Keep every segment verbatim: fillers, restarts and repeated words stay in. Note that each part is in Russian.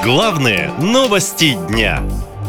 Главные новости дня.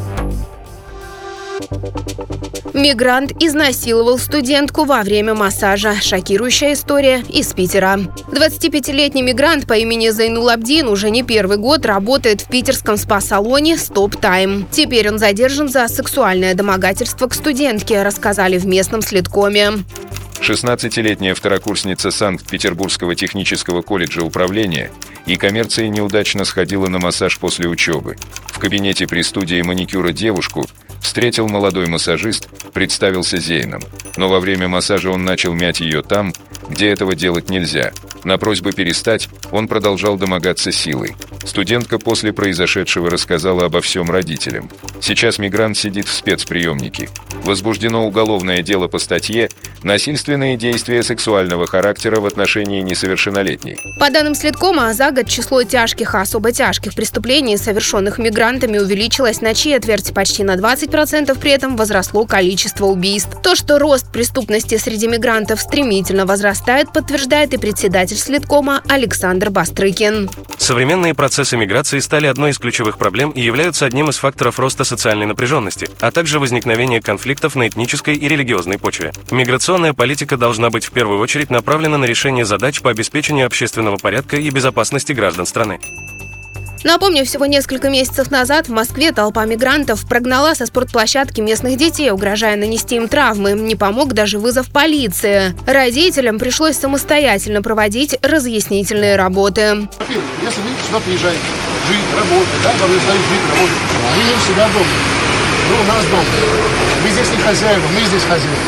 Мигрант изнасиловал студентку во время массажа. Шокирующая история из Питера. двадцатипятилетний мигрант по имени Зайнул Абдин уже не первый год работает в питерском спа-салоне «Стоп Тайм». Теперь он задержан за сексуальное домогательство к студентке, рассказали в местном следкоме. шестнадцатилетняя второкурсница Санкт-Петербургского технического колледжа управления и коммерции неудачно сходила на массаж после учебы. В кабинете при студии маникюра девушку встретил молодой массажист, представился Зейном. Но во время массажа он начал мять ее там, где этого делать нельзя. На просьбу перестать он продолжал домогаться силой. Студентка после произошедшего рассказала обо всем родителям. Сейчас мигрант сидит в спецприемнике. Возбуждено уголовное дело по статье «Насильственные действия сексуального характера в отношении несовершеннолетней». По данным следкома, за год число тяжких и особо тяжких преступлений, совершенных мигрантами, увеличилось на четверть, почти на двадцать процентов. При этом возросло количество убийств. То, что рост преступности среди мигрантов стремительно возрастает, подтверждает и председатель следкома Александр Бастрыкин. Современные процессы миграции стали одной из ключевых проблем и являются одним из факторов роста социальной напряженности, а также возникновения конфликтов на этнической и религиозной почве. Миграционная политика должна быть в первую очередь направлена на решение задач по обеспечению общественного порядка и безопасности граждан страны. Напомню, всего несколько месяцев назад в Москве толпа мигрантов прогнала со спортплощадки местных детей, угрожая нанести им травмы. Не помог даже вызов полиции. Родителям пришлось самостоятельно проводить разъяснительные работы. Если вы сюда приезжаете, жить, работать, да, вам нужно жить, работать, вы не у себя дома, вы у нас дома. Вы здесь не хозяева, мы здесь хозяева.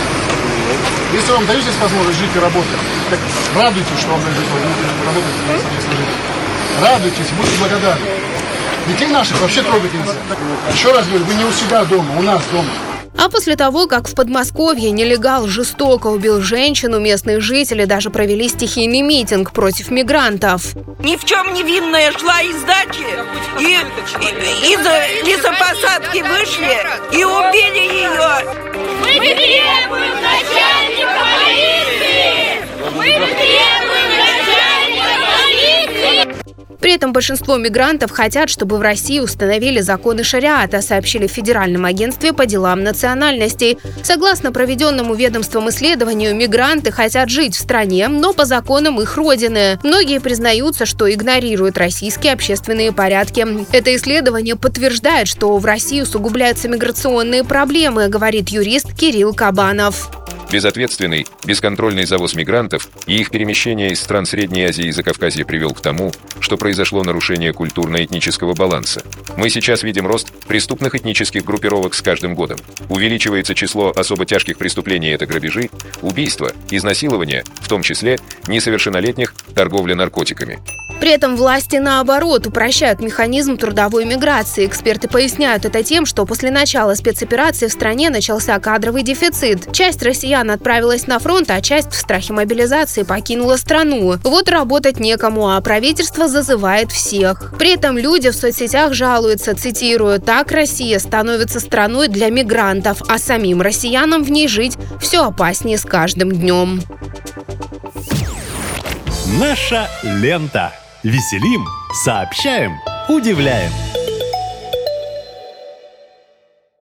Если вам дают здесь возможность жить и работать, так радуйтесь, что вам дают возможность работать и жить. Радуйтесь, будьте благодарны. Детей наших вообще трогать нельзя. Еще раз говорю, вы не у себя дома, у нас дома. А после того, как в Подмосковье нелегал жестоко убил женщину, местные жители даже провели стихийный митинг против мигрантов. Ни в чем не винная шла из дачи, и, и, из лесопосадки вышли и убили ее. Мы требуем начальника полиции! Мы требуем начальника полиции! При этом большинство мигрантов хотят, чтобы в России установили законы шариата, сообщили в Федеральном агентстве по делам национальностей. Согласно проведенному ведомством исследованию, мигранты хотят жить в стране, но по законам их родины. Многие признаются, что игнорируют российские общественные порядки. Это исследование подтверждает, что в России усугубляются миграционные проблемы, говорит юрист Кирилл Кабанов. Безответственный, бесконтрольный завоз мигрантов и их перемещение из стран Средней Азии и Закавказья привел к тому, что произошло нарушение культурно-этнического баланса. Мы сейчас видим рост преступных этнических группировок с каждым годом. Увеличивается число особо тяжких преступлений – это грабежи, убийства, изнасилования, в том числе несовершеннолетних, торговля наркотиками. При этом власти, наоборот, упрощают механизм трудовой миграции. Эксперты поясняют это тем, что после начала спецоперации в стране начался кадровый дефицит. Часть россиян отправилась на фронт, а часть в страхе мобилизации покинула страну. Вот работать некому, а правительство зазывает всех. При этом люди в соцсетях жалуются, цитирую, «Так Россия становится страной для мигрантов, а самим россиянам в ней жить все опаснее с каждым днем». Наша лента. Веселим, сообщаем, удивляем.